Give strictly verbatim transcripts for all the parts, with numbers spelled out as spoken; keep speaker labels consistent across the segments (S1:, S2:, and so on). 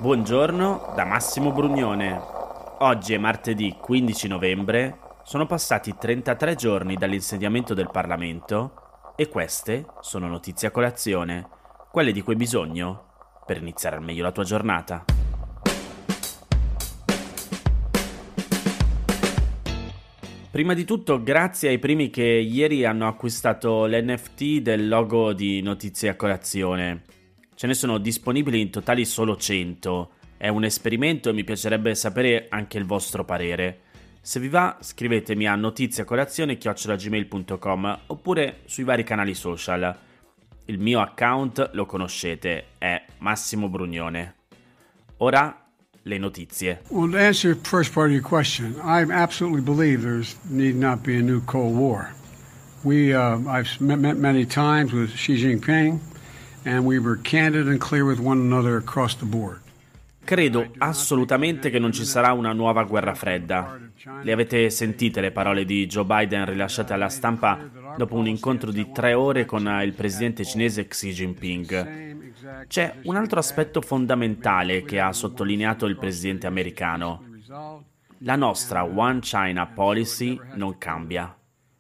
S1: Buongiorno da Massimo Brugnone. Oggi è martedì quindici novembre, sono passati trentatré giorni dall'insediamento del Parlamento e queste sono notizie a colazione, quelle di cui hai bisogno per iniziare al meglio la tua giornata. Prima di tutto, grazie ai primi che ieri hanno acquistato l'N F T del logo di Notizie a colazione. Ce ne sono disponibili in totale solo cento. È un esperimento e mi piacerebbe sapere anche il vostro parere. Se vi va, scrivetemi a notiziacolazione chiocciola gmail punto com oppure sui vari canali social. Il mio account lo conoscete, è Massimo Brugnone. Ora le notizie.
S2: Well, to answer the first part of your question, I absolutely believe there's need not be a new Cold War. We, uh, I've met, met many times with Xi Jinping, and we were candid and clear with one another across the board.
S1: Credo assolutamente che non ci sarà una nuova guerra fredda. Le avete sentite le parole di Joe Biden rilasciate alla stampa dopo un incontro di tre ore con il presidente cinese Xi Jinping. C'è un altro aspetto fondamentale che ha sottolineato il presidente americano. La nostra One China Policy non cambia.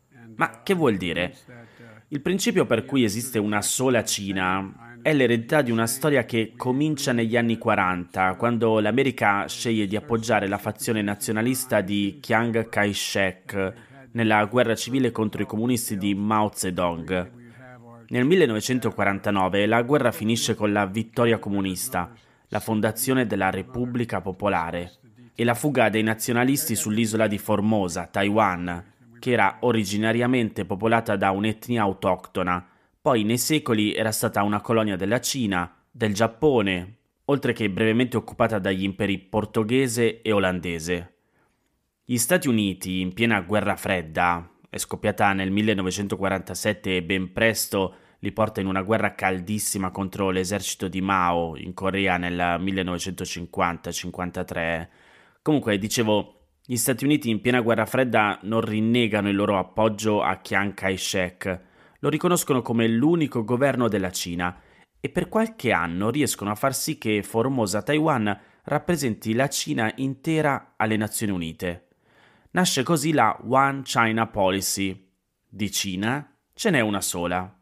S1: Ma che vuol dire? Il principio per cui esiste una sola Cina è l'eredità di una storia che comincia negli anni quaranta, quando l'America sceglie di appoggiare la fazione nazionalista di Chiang Kai-shek nella guerra civile contro i comunisti di Mao Zedong. Nel millenovecentoquarantanove la guerra finisce con la vittoria comunista, la fondazione della Repubblica Popolare e la fuga dei nazionalisti sull'isola di Formosa, Taiwan, che era originariamente popolata da un'etnia autoctona. Poi nei secoli era stata una colonia della Cina, del Giappone, oltre che brevemente occupata dagli imperi portoghese e olandese. Gli Stati Uniti, in piena guerra fredda, è scoppiata nel millenovecentoquarantasette e ben presto li porta in una guerra caldissima contro l'esercito di Mao in Corea nel millenovecentocinquanta cinquantatré. Comunque, dicevo, gli Stati Uniti in piena guerra fredda non rinnegano il loro appoggio a Chiang Kai-shek, lo riconoscono come l'unico governo della Cina e per qualche anno riescono a far sì che Formosa Taiwan rappresenti la Cina intera alle Nazioni Unite. Nasce così la One China Policy. Di Cina ce n'è una sola.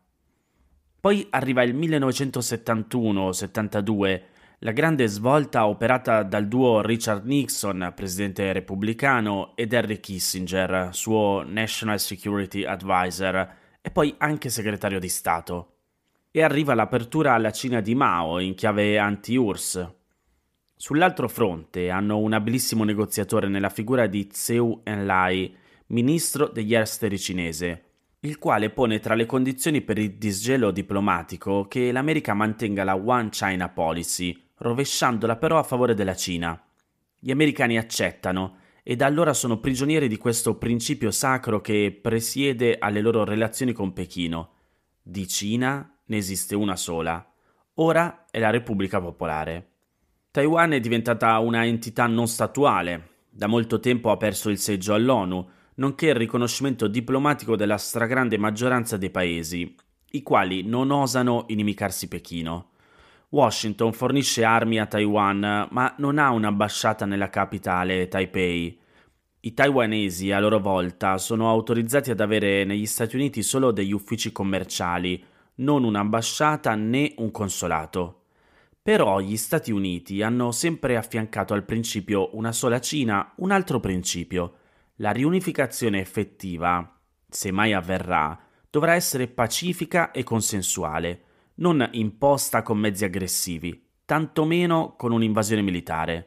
S1: Poi arriva il millenovecentosettantuno settantadue, la grande svolta operata dal duo Richard Nixon, presidente repubblicano, ed Henry Kissinger, suo National Security Advisor, e poi anche segretario di Stato. E arriva l'apertura alla Cina di Mao in chiave anti-U R S S. Sull'altro fronte hanno un abilissimo negoziatore nella figura di Zhou Enlai, ministro degli esteri cinese, il quale pone tra le condizioni per il disgelo diplomatico che l'America mantenga la One China Policy, rovesciandola però a favore della Cina. Gli americani accettano e da allora sono prigionieri di questo principio sacro che presiede alle loro relazioni con Pechino. Di Cina ne esiste una sola. Ora è la Repubblica Popolare. Taiwan è diventata una entità non statuale. Da molto tempo ha perso il seggio all'ONU, nonché il riconoscimento diplomatico della stragrande maggioranza dei paesi, i quali non osano inimicarsi Pechino. Washington fornisce armi a Taiwan, ma non ha un'ambasciata nella capitale, Taipei. I taiwanesi, a loro volta, sono autorizzati ad avere negli Stati Uniti solo degli uffici commerciali, non un'ambasciata né un consolato. Però gli Stati Uniti hanno sempre affiancato al principio una sola Cina un altro principio. La riunificazione effettiva, se mai avverrà, dovrà essere pacifica e consensuale, non imposta con mezzi aggressivi, tantomeno con un'invasione militare.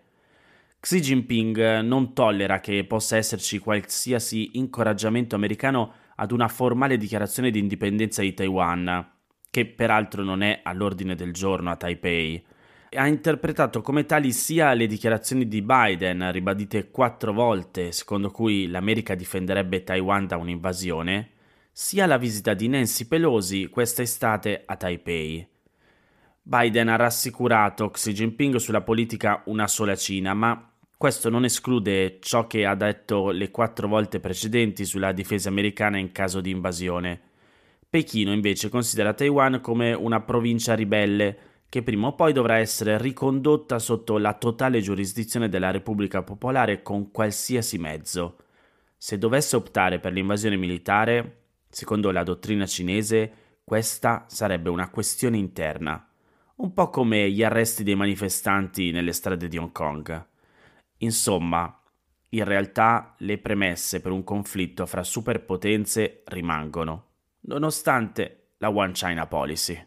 S1: Xi Jinping non tollera che possa esserci qualsiasi incoraggiamento americano ad una formale dichiarazione di indipendenza di Taiwan, che peraltro non è all'ordine del giorno a Taipei. Ha interpretato come tali sia le dichiarazioni di Biden, ribadite quattro volte, secondo cui l'America difenderebbe Taiwan da un'invasione, sia la visita di Nancy Pelosi questa estate a Taipei. Biden ha rassicurato Xi Jinping sulla politica una sola Cina, ma questo non esclude ciò che ha detto le quattro volte precedenti sulla difesa americana in caso di invasione. Pechino invece considera Taiwan come una provincia ribelle che prima o poi dovrà essere ricondotta sotto la totale giurisdizione della Repubblica Popolare con qualsiasi mezzo. Se dovesse optare per l'invasione militare, secondo la dottrina cinese, questa sarebbe una questione interna, un po' come gli arresti dei manifestanti nelle strade di Hong Kong. Insomma, in realtà le premesse per un conflitto fra superpotenze rimangono, nonostante la One China Policy.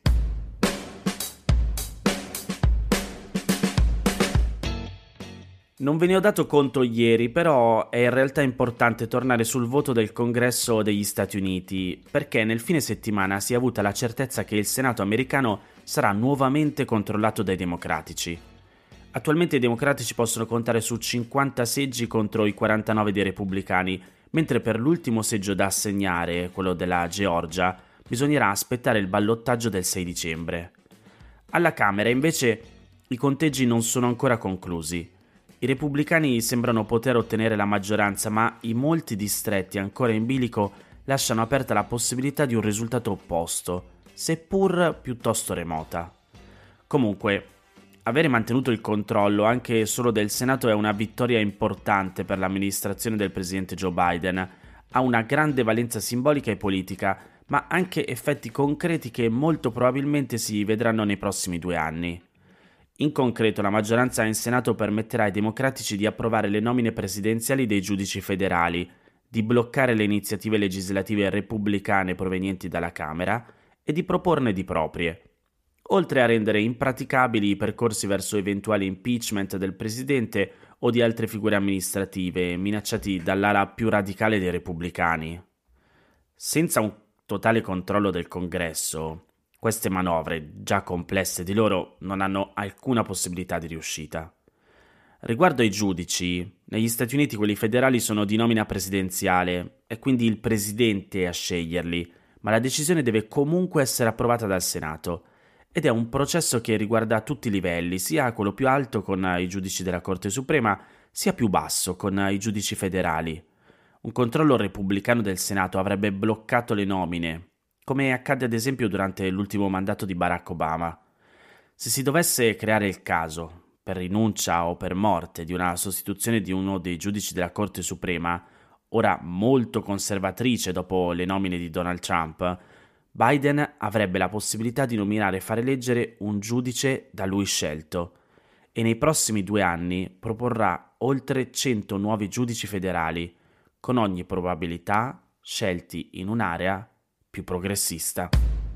S1: Non ve ne ho dato conto ieri, però è in realtà importante tornare sul voto del Congresso degli Stati Uniti, perché nel fine settimana si è avuta la certezza che il Senato americano sarà nuovamente controllato dai democratici. Attualmente i democratici possono contare su cinquanta seggi contro i quarantanove dei repubblicani, mentre per l'ultimo seggio da assegnare, quello della Georgia, bisognerà aspettare il ballottaggio del sei dicembre. Alla Camera, invece, i conteggi non sono ancora conclusi. I repubblicani sembrano poter ottenere la maggioranza, ma i molti distretti ancora in bilico lasciano aperta la possibilità di un risultato opposto, seppur piuttosto remota. Comunque, avere mantenuto il controllo anche solo del Senato è una vittoria importante per l'amministrazione del presidente Joe Biden. Ha una grande valenza simbolica e politica, ma anche effetti concreti che molto probabilmente si vedranno nei prossimi due anni. In concreto, la maggioranza in Senato permetterà ai democratici di approvare le nomine presidenziali dei giudici federali, di bloccare le iniziative legislative repubblicane provenienti dalla Camera e di proporne di proprie, oltre a rendere impraticabili i percorsi verso eventuali impeachment del presidente o di altre figure amministrative minacciati dall'ala più radicale dei repubblicani. Senza un totale controllo del Congresso, queste manovre, già complesse di loro, non hanno alcuna possibilità di riuscita. Riguardo ai giudici, negli Stati Uniti quelli federali sono di nomina presidenziale, è quindi il presidente a sceglierli, ma la decisione deve comunque essere approvata dal Senato, ed è un processo che riguarda tutti i livelli, sia quello più alto con i giudici della Corte Suprema, sia più basso con i giudici federali. Un controllo repubblicano del Senato avrebbe bloccato le nomine, come accadde ad esempio durante l'ultimo mandato di Barack Obama. Se si dovesse creare il caso, per rinuncia o per morte, di una sostituzione di uno dei giudici della Corte Suprema, ora molto conservatrice dopo le nomine di Donald Trump, Biden avrebbe la possibilità di nominare e fare eleggere un giudice da lui scelto e nei prossimi due anni proporrà oltre cento nuovi giudici federali, con ogni probabilità scelti in un'area più progressista.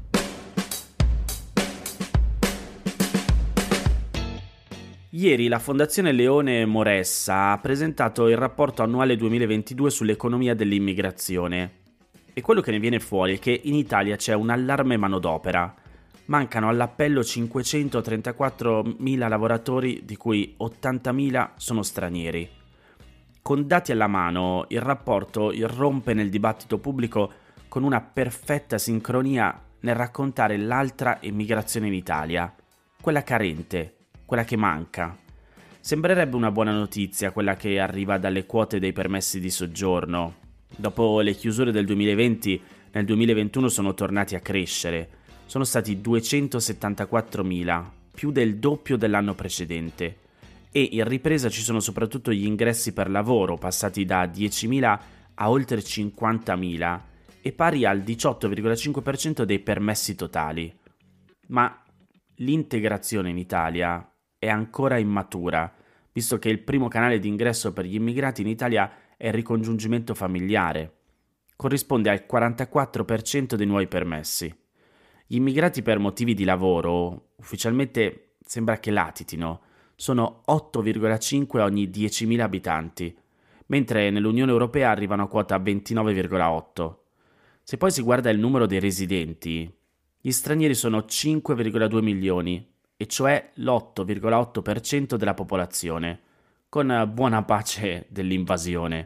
S1: Ieri la Fondazione Leone Moressa ha presentato il rapporto annuale duemilaventidue sull'economia dell'immigrazione e quello che ne viene fuori è che in Italia c'è un allarme manodopera. Mancano all'appello cinquecentotrentaquattromila lavoratori, di cui ottantamila sono stranieri. Con dati alla mano, il rapporto irrompe nel dibattito pubblico con una perfetta sincronia nel raccontare l'altra emigrazione in Italia, quella carente, quella che manca. Sembrerebbe una buona notizia quella che arriva dalle quote dei permessi di soggiorno. Dopo le chiusure del duemilaventi, nel duemilaventuno sono tornati a crescere. Sono stati duecentosettantaquattromila, più del doppio dell'anno precedente. E in ripresa ci sono soprattutto gli ingressi per lavoro, passati da diecimila a oltre cinquantamila, e pari al diciotto virgola cinque per cento dei permessi totali. Ma l'integrazione in Italia è ancora immatura, visto che il primo canale di ingresso per gli immigrati in Italia è il ricongiungimento familiare. Corrisponde al quarantaquattro per cento dei nuovi permessi. Gli immigrati per motivi di lavoro, ufficialmente sembra che latitino, sono otto virgola cinque ogni diecimila abitanti, mentre nell'Unione Europea arrivano a quota ventinove virgola otto. Se poi si guarda il numero dei residenti, gli stranieri sono cinque virgola due milioni, e cioè l'otto virgola otto per cento della popolazione, con buona pace dell'invasione.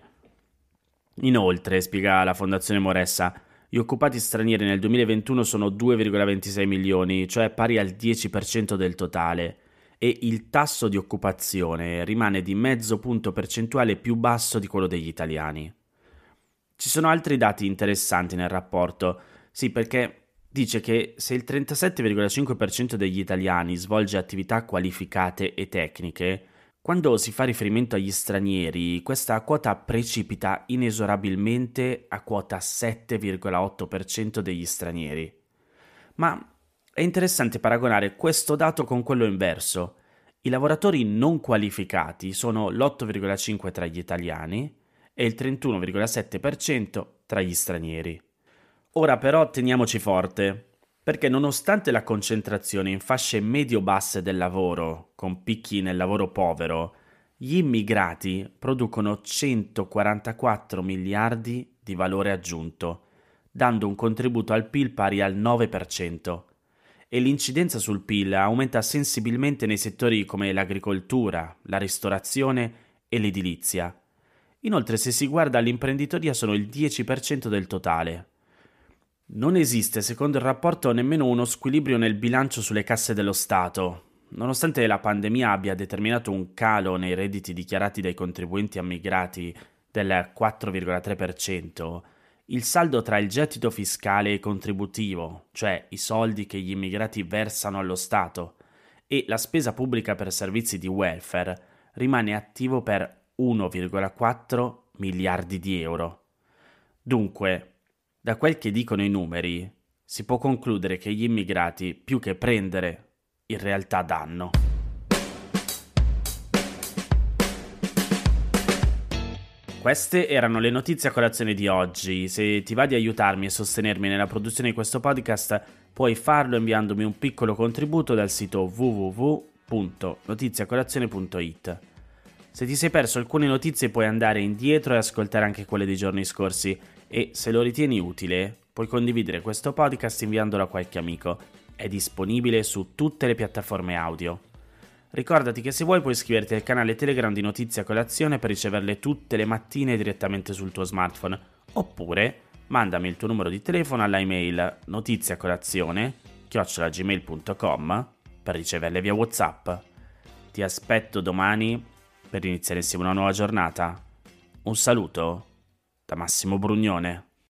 S1: Inoltre, spiega la Fondazione Moressa, gli occupati stranieri nel duemilaventuno sono due virgola ventisei milioni, cioè pari al dieci per cento del totale, e il tasso di occupazione rimane di mezzo punto percentuale più basso di quello degli italiani. Ci sono altri dati interessanti nel rapporto, sì, perché dice che se il trentasette virgola cinque per cento degli italiani svolge attività qualificate e tecniche, quando si fa riferimento agli stranieri, questa quota precipita inesorabilmente a quota sette virgola otto per cento degli stranieri. Ma è interessante paragonare questo dato con quello inverso. I lavoratori non qualificati sono l'otto virgola cinque per cento tra gli italiani e il trentuno virgola sette per cento tra gli stranieri. Ora però teniamoci forte, perché nonostante la concentrazione in fasce medio-basse del lavoro, con picchi nel lavoro povero, gli immigrati producono centoquarantaquattro miliardi di valore aggiunto, dando un contributo al P I L pari al nove per cento. E l'incidenza sul P I L aumenta sensibilmente nei settori come l'agricoltura, la ristorazione e l'edilizia. Inoltre, se si guarda l'imprenditoria, sono il dieci per cento del totale. Non esiste, secondo il rapporto, nemmeno uno squilibrio nel bilancio sulle casse dello Stato. Nonostante la pandemia abbia determinato un calo nei redditi dichiarati dai contribuenti immigrati del quattro virgola tre per cento, il saldo tra il gettito fiscale e contributivo, cioè i soldi che gli immigrati versano allo Stato, e la spesa pubblica per servizi di welfare rimane attivo per uno virgola quattro miliardi di euro. Dunque, da quel che dicono i numeri, si può concludere che gli immigrati, più che prendere, in realtà danno. Queste erano le notizie a colazione di oggi. Se ti va di aiutarmi e sostenermi nella produzione di questo podcast, puoi farlo inviandomi un piccolo contributo dal sito w w w punto notiziacolazione punto i t. Se ti sei perso alcune notizie puoi andare indietro e ascoltare anche quelle dei giorni scorsi e se lo ritieni utile puoi condividere questo podcast inviandolo a qualche amico. È disponibile su tutte le piattaforme audio. Ricordati che se vuoi puoi iscriverti al canale Telegram di Notizie a Colazione per riceverle tutte le mattine direttamente sul tuo smartphone, oppure mandami il tuo numero di telefono alla email notiziacolazione chiocciola gmail punto com per riceverle via WhatsApp. Ti aspetto domani per iniziare insieme una nuova giornata. Un saluto da Massimo Brugnone.